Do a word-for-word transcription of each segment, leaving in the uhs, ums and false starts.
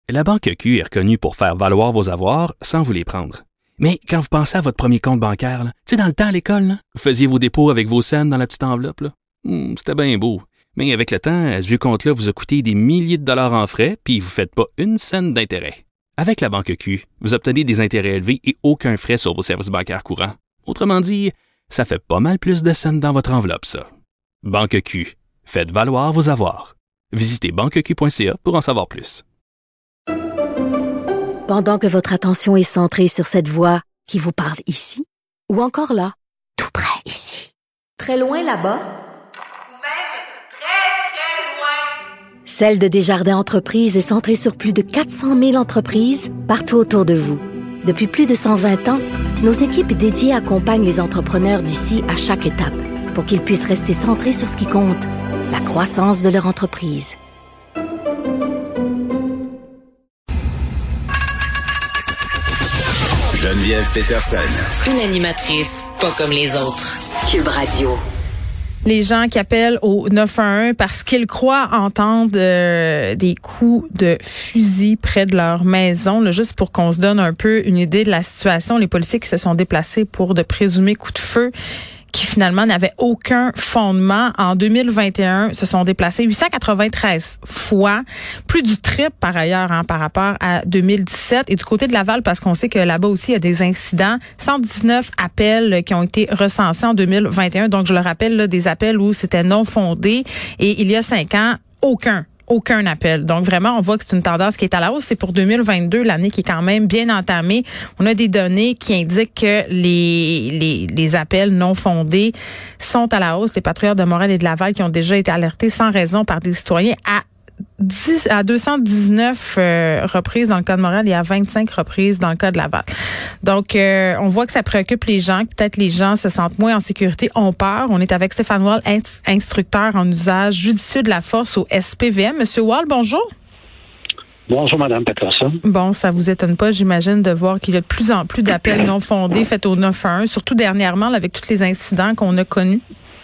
La Banque Q est reconnue pour faire valoir vos avoirs sans vous les prendre. Mais quand vous pensez à votre premier compte bancaire, tu sais, dans le temps à l'école, là, vous faisiez vos dépôts avec vos scènes dans la petite enveloppe. Là. Hum, c'était bien beau. Mais avec le temps, ce vieux compte-là vous a coûté des milliers de dollars en frais, puis vous ne faites pas une scène d'intérêt. Avec la Banque Q, vous obtenez des intérêts élevés et aucun frais sur vos services bancaires courants. Autrement dit, ça fait pas mal plus de scènes dans votre enveloppe, ça. Banque Q. Faites valoir vos avoirs. Visitez banque q point c a pour en savoir plus. Pendant que votre attention est centrée sur cette voix qui vous parle ici, ou encore là, tout près ici, très loin là-bas, ou même très, très loin, Celle de Desjardins Entreprises est centrée sur plus de quatre cent mille entreprises partout autour de vous. Depuis plus de cent vingt ans, nos équipes dédiées accompagnent les entrepreneurs d'ici à chaque étape pour qu'ils puissent rester centrés sur ce qui compte, la croissance de leur entreprise. Geneviève Peterson. Une animatrice pas comme les autres. Cube Radio. Les gens qui appellent au neuf un un parce qu'ils croient entendre euh, des coups de fusil près de leur maison. Là, juste pour qu'on se donne un peu une idée de la situation, les policiers qui se sont déplacés pour de présumés coups de feu qui finalement n'avaient aucun fondement. En deux mille vingt et un, se sont déplacés huit cent quatre-vingt-treize fois, plus du triple par ailleurs hein, par rapport à deux mille dix-sept. Et du côté de Laval, parce qu'on sait que là-bas aussi, il y a des incidents, cent dix-neuf appels qui ont été recensés en deux mille vingt et un. Donc, je le rappelle, là, des appels où c'était non fondé. Et il y a cinq ans, aucun. Aucun appel. Donc, vraiment, on voit que c'est une tendance qui est à la hausse. C'est pour deux mille vingt-deux, l'année qui est quand même bien entamée. On a des données qui indiquent que les, les, les appels non fondés sont à la hausse. Les patrouilleurs de Montréal et de Laval qui ont déjà été alertés sans raison par des citoyens à dix à deux cent dix-neuf euh, reprises dans le cas de Montréal et à vingt-cinq reprises dans le cas de Laval. Donc, euh, on voit que ça préoccupe les gens. Peut-être les gens se sentent moins en sécurité, ont peur. On est avec Stéphane Wall, instructeur en usage judicieux de la force au S P V M. Monsieur Wall, bonjour. Bonjour, Mme Peterson. Bon, ça vous étonne pas, j'imagine, de voir qu'il y a de plus en plus d'appels non fondés faits au neuf un un, surtout dernièrement, là, avec tous les incidents qu'on a connus.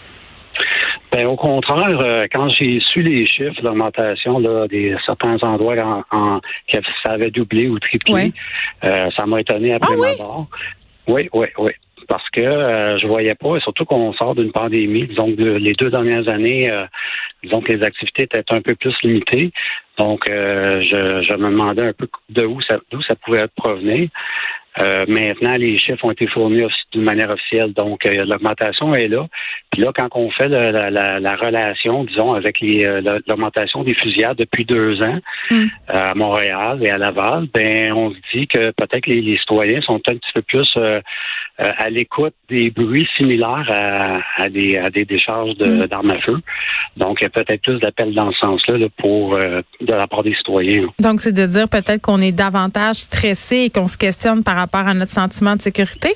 Ben, au contraire, euh, quand j'ai su les chiffres d'augmentation là, des certains endroits en, en, que ça avait doublé ou triplé, ouais. euh, ça m'a étonné après ah, ma oui? barre. Oui, oui, oui. Parce que euh, je voyais pas, et surtout qu'on sort d'une pandémie, donc de, les deux dernières années, euh, disons que les activités étaient un peu plus limitées. Donc, euh, je, je me demandais un peu de où ça, d'où ça pouvait provenir. Euh, maintenant, les chiffres ont été fournis d'une manière officielle, donc euh, l'augmentation est là. Puis là, quand on fait le, la, la, la relation, disons, avec les, euh, l'augmentation des fusillades depuis deux ans mm. euh, à Montréal et à Laval, ben on se dit que peut-être que les, les citoyens sont un petit peu plus euh, euh, à l'écoute des bruits similaires à, à, des, à des décharges de, mm. d'armes à feu. Donc, il y a peut-être plus d'appels dans ce sens-là là, pour euh, de la part des citoyens. Là. Donc, c'est de dire peut-être qu'on est davantage stressé et qu'on se questionne par rapport à notre sentiment de sécurité?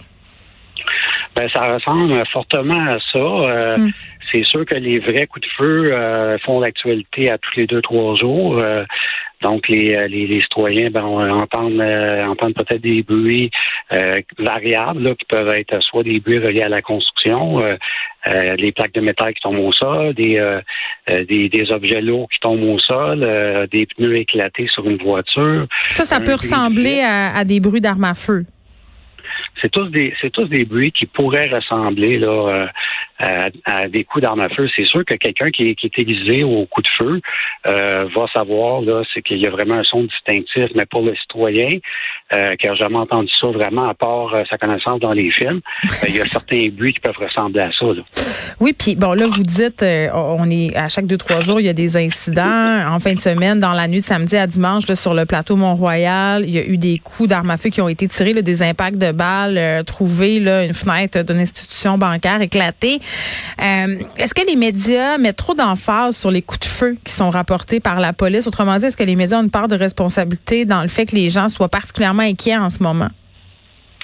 Ben, ça ressemble fortement à ça. Euh, mm. C'est sûr que les vrais coups de feu euh, font l'actualité à tous les deux, trois jours. Euh, donc, les, les, les citoyens ben, entendent, euh, entendent peut-être des bruits euh, variables là, qui peuvent être soit des bruits reliés à la construction, euh, euh, des plaques de métal qui tombent au sol, des, euh, des, des objets lourds qui tombent au sol, euh, des pneus éclatés sur une voiture. Ça, ça peut ressembler à, à des bruits d'armes à feu. C'est tous des c'est tous des bruits qui pourraient ressembler là euh, à, à des coups d'armes à feu. C'est sûr que quelqu'un qui est, qui est aiguisé au coup de feu euh, va savoir là, c'est qu'il y a vraiment un son distinctif, mais pour le citoyen euh, qui n'a jamais entendu ça vraiment à part euh, sa connaissance dans les films, euh, il y a certains bruits qui peuvent ressembler à ça. Là. Oui, puis bon là vous dites euh, on est à chaque deux trois jours il y a des incidents. En fin de semaine, dans la nuit de samedi à dimanche là, sur le plateau Mont-Royal, il y a eu des coups d'armes à feu qui ont été tirés, là, des impacts de balles. Euh, trouver là, une fenêtre d'une institution bancaire éclatée. Euh, est-ce que les médias mettent trop d'emphase sur les coups de feu qui sont rapportés par la police? Autrement dit, est-ce que les médias ont une part de responsabilité dans le fait que les gens soient particulièrement inquiets en ce moment?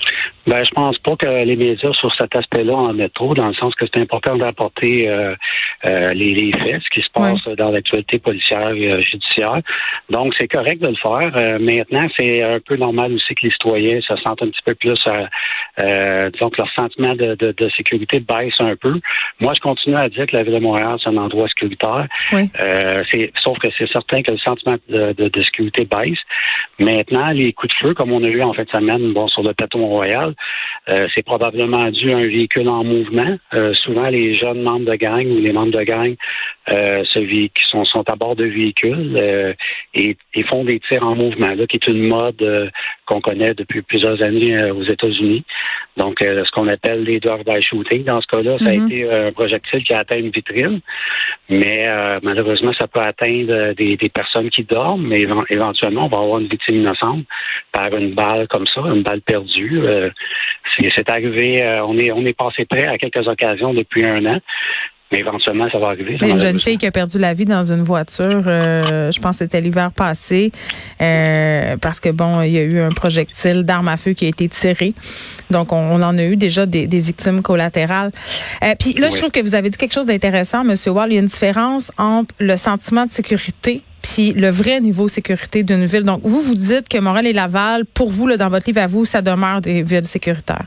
Ben, je pense pas que les médias sur cet aspect-là en mettent trop, dans le sens que c'est important d'apporter euh, euh, les, les faits, ce qui se passe ouais. dans l'actualité policière et euh, judiciaire. Donc, c'est correct de le faire. Euh, maintenant, c'est un peu normal aussi que les citoyens se sentent un petit peu plus, euh, euh, disons que leur sentiment de, de, de sécurité baisse un peu. Moi, je continue à dire que la Ville de Montréal, c'est un endroit sécuritaire. Oui. Euh, c'est, sauf que c'est certain que le sentiment de, de, de sécurité baisse. Maintenant, les coups de feu, comme on a vu en fin de semaine, bon, sur le plateau Mont-Royal, Euh, c'est probablement dû à un véhicule en mouvement. Euh, souvent, les jeunes membres de gang ou les membres de gang euh, ce véhicule, sont, sont à bord de véhicules euh, et, et font des tirs en mouvement, là, qui est une mode euh, qu'on connaît depuis plusieurs années euh, aux États-Unis. Donc, euh, ce qu'on appelle les drive-by shooting. Dans ce cas-là, ça mm-hmm. a été un projectile qui a atteint une vitrine, mais euh, malheureusement, ça peut atteindre des, des personnes qui dorment, mais éventuellement, on va avoir une victime innocente par une balle comme ça, une balle perdue. Euh, c'est, c'est arrivé, euh, on est on est passé près à quelques occasions depuis un an. Mais éventuellement, ça va arriver. Ça une jeune fille qui a perdu la vie dans une voiture, euh, je pense que c'était l'hiver passé, euh, parce que, bon, il y a eu un projectile d'arme à feu qui a été tiré. Donc, on, on en a eu déjà des, des victimes collatérales. Euh, Puis là, oui. je trouve que vous avez dit quelque chose d'intéressant, M. Wall. Il y a une différence entre le sentiment de sécurité puis le vrai niveau de sécurité d'une ville. Donc, vous, vous dites que Montréal et Laval, pour vous, là, dans votre livre à vous, ça demeure des villes sécuritaires.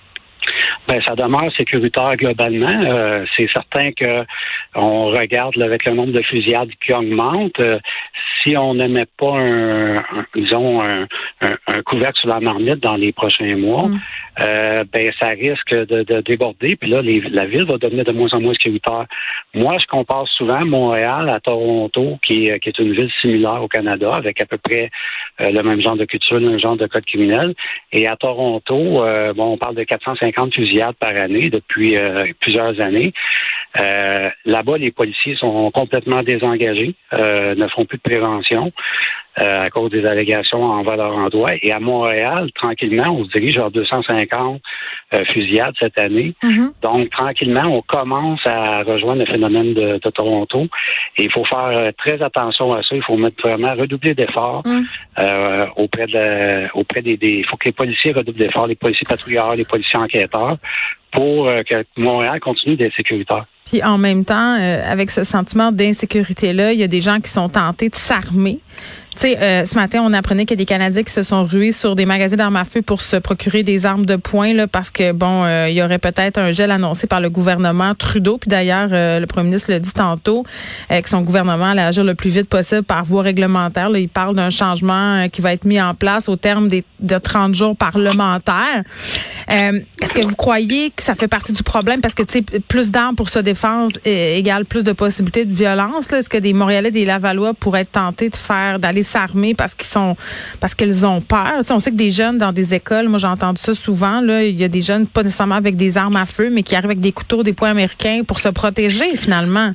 Ben, ça demeure sécuritaire globalement. Euh, c'est certain que on regarde là, avec le nombre de fusillades qui augmente. Euh, si on ne met pas un, un disons un, un, un couvercle sur la marmite dans les prochains mois, mm. euh, ben ça risque de, de déborder. Puis là, les, la ville va devenir de moins en moins sécuritaire. Moi, je compare souvent Montréal à Toronto, qui est, qui est une ville similaire au Canada, avec à peu près euh, le même genre de culture, le même genre de code criminel. Et à Toronto, euh, bon, on parle de quatre cent cinquante fusillades par année depuis euh, plusieurs années. Euh, là-bas, les policiers sont complètement désengagés, euh, ne font plus de prévention euh, à cause des allégations envers leur endroit. Et à Montréal, tranquillement, on se dirige vers deux cent cinquante euh, fusillades cette année. Mm-hmm. Donc, tranquillement, on commence à rejoindre le phénomène de, de Toronto. Et il faut faire très attention à ça. Il faut mettre vraiment redoubler d'efforts mm. euh, auprès de la, auprès des, des. Il faut que les policiers redoublent d'efforts, les policiers patrouilleurs, les policiers enquêteurs, pour euh, que Montréal continue d'être sécuritaire. Puis en même temps, euh, avec ce sentiment d'insécurité-là, il y a des gens qui sont tentés de s'armer. Tu sais, euh, ce matin, on apprenait qu'il y a des Canadiens qui se sont rués sur des magasins d'armes à feu pour se procurer des armes de poing, là, parce que, bon, euh, il y aurait peut-être un gel annoncé par le gouvernement Trudeau. Puis d'ailleurs, euh, le premier ministre l'a dit tantôt, euh, que son gouvernement allait agir le plus vite possible par voie réglementaire. Là, il parle d'un changement euh, qui va être mis en place au terme des, de trente jours parlementaires. Euh, est-ce que vous croyez que ça fait partie du problème? Parce que, tu sais, plus d'armes pour se défendre euh, égale plus de possibilités de violence. Là. Est-ce que des Montréalais, des Lavallois pourraient être tentés de faire, d'aller s'armer parce qu'ils sont, parce qu'ils ont peur? Tu sais, on sait que des jeunes dans des écoles, moi j'ai entendu ça souvent, là, il y a des jeunes pas nécessairement avec des armes à feu, mais qui arrivent avec des couteaux, des poings américains pour se protéger finalement.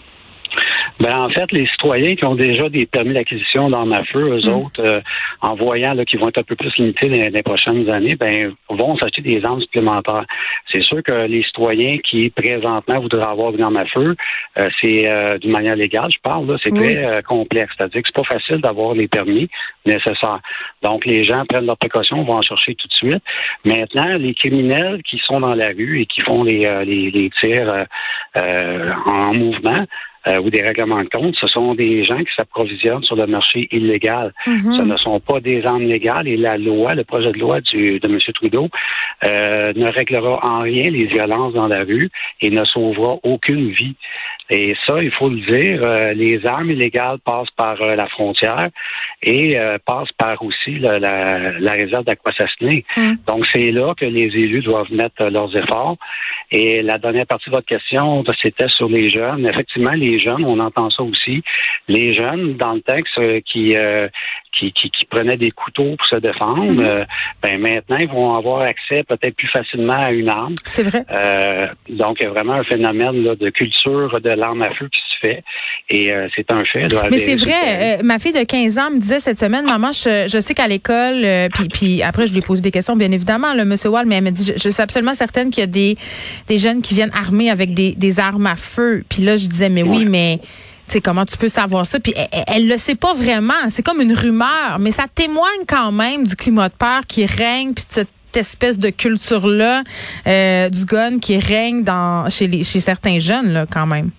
Ben, en fait, les citoyens qui ont déjà des permis d'acquisition d'armes à feu, eux mmh. autres, euh, en voyant là, qu'ils vont être un peu plus limités dans les prochaines années, ben vont s'acheter des armes supplémentaires. C'est sûr que les citoyens qui, présentement, voudraient avoir une arme à feu, euh, c'est euh, d'une manière légale, je parle, là, c'est mmh. très euh, complexe. C'est-à-dire que c'est pas facile d'avoir les permis nécessaires. Donc, les gens prennent leurs précautions, vont en chercher tout de suite. Maintenant, les criminels qui sont dans la rue et qui font les, euh, les, les tirs euh, euh, en mouvement, Euh, ou des règlements de compte, ce sont des gens qui s'approvisionnent sur le marché illégal. Mm-hmm. Ce ne sont pas des armes légales et la loi, le projet de loi du, de M. Trudeau euh, ne réglera en rien les violences dans la rue et ne sauvera aucune vie. Et ça, il faut le dire, euh, les armes illégales passent par euh, la frontière et euh, passent par aussi la, la, la réserve d'Aquassassiné. Mm. Donc, c'est là que les élus doivent mettre euh, leurs efforts. Et la dernière partie de votre question, c'était sur les jeunes. Effectivement, les jeunes, on entend ça aussi. Les jeunes, dans le texte, euh, qui, euh, qui, qui, qui prenaient des couteaux pour se défendre, mm. euh, ben maintenant, ils vont avoir accès peut-être plus facilement à une arme. C'est vrai. Euh, donc, il y a vraiment un phénomène là, de culture de l'arme à feu qui se fait. Et euh, c'est un fait. Mais c'est vrai. Euh, ma fille de quinze ans me disait cette semaine, maman, je, je sais qu'à l'école, euh, puis, puis après, je lui ai posé des questions, bien évidemment, le monsieur Wall, mais elle me dit, je, je suis absolument certaine qu'il y a des, des jeunes qui viennent armés avec des, des armes à feu. Puis là, je disais, mais oui, ouais. mais... Tu sais, comment tu peux savoir ça? Puis elle, elle le sait pas vraiment. C'est comme une rumeur, mais ça témoigne quand même du climat de peur qui règne, puis de cette cette espèce de culture-là euh, du gun qui règne dans chez les chez certains jeunes, là, quand même.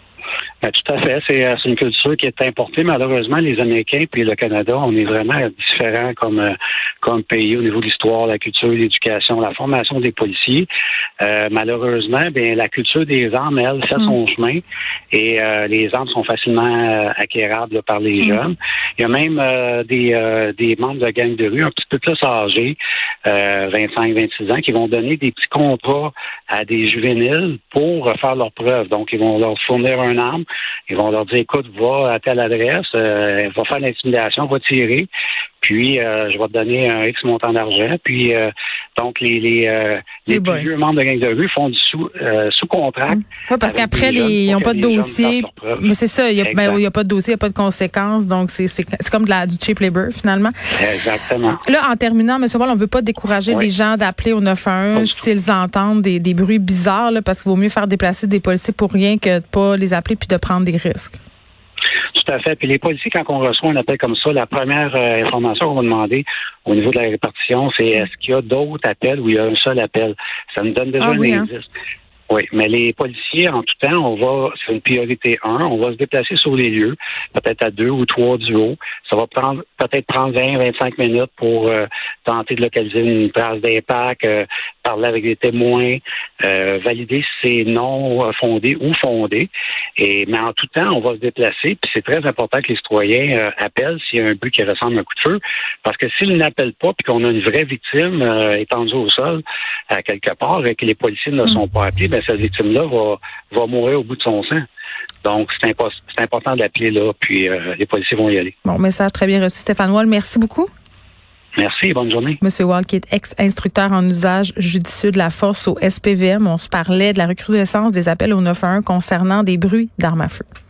Ben, tout à fait. C'est, c'est une culture qui est importée. Malheureusement, les Américains puis le Canada, on est vraiment différents comme comme pays au niveau de l'histoire, la culture, l'éducation, la formation des policiers. Euh, malheureusement, bien la culture des armes, elle, fait son mmh. chemin et euh, les armes sont facilement euh, acquérables là, par les mmh. jeunes. Il y a même euh, des euh, des membres de gangs de rue un petit peu plus âgés, euh, vingt-cinq, vingt-six ans, qui vont donner des petits contrats à des juvéniles pour faire leurs preuves. Donc, ils vont leur fournir un arme. Ils vont leur dire, écoute, va à telle adresse, euh, va faire l'intimidation, va tirer, puis euh, je vais te donner un X montant d'argent. Puis euh, donc les les, euh, les, les plus vieux membres de gang de rue font du sous euh, sous contrat. Oui, parce qu'après les ils n'ont pas de dossier. Mais c'est ça, il y a ben, il y a pas de dossier, il n'y a pas de conséquences, donc c'est c'est c'est comme de la du cheap labor finalement. Exactement. Là, en terminant, M. Wall, on veut pas décourager oui. les gens d'appeler au neuf un un s'ils entendent des des bruits bizarres, là, parce qu'il vaut mieux faire déplacer des policiers pour rien que de pas les appeler puis de prendre des risques. Tout à fait. Puis les policiers, quand on reçoit un appel comme ça, la première euh, information qu'on va demander au niveau de la répartition, c'est est-ce qu'il y a d'autres appels ou il y a un seul appel? Ça nous donne déjà ah, un oui, indice. Hein? Oui, mais les policiers, en tout temps, on va, c'est une priorité un, on va se déplacer sur les lieux, peut-être à deux ou trois duos. Ça va prendre, peut-être prendre vingt, vingt-cinq minutes pour euh, tenter de localiser une trace d'impact, euh, parler avec des témoins, euh, valider si c'est non fondé ou fondé. Et, mais en tout temps, on va se déplacer, puis c'est très important que les citoyens euh, appellent s'il y a un but qui ressemble à un coup de feu, parce que s'ils n'appellent pas, puis qu'on a une vraie victime euh, étendue au sol, à quelque part, et que les policiers ne sont pas appelés, ben, cette victime-là va, va mourir au bout de son sang. Donc, c'est, impo- c'est important d'appeler là, puis euh, les policiers vont y aller. Bon, message très bien reçu, Stéphane Wall. Merci beaucoup. Merci, bonne journée. Monsieur Wall, qui est ex-instructeur en usage judicieux de la force au S P V M. On se parlait de la recrudescence des appels au neuf un un concernant des bruits d'armes à feu.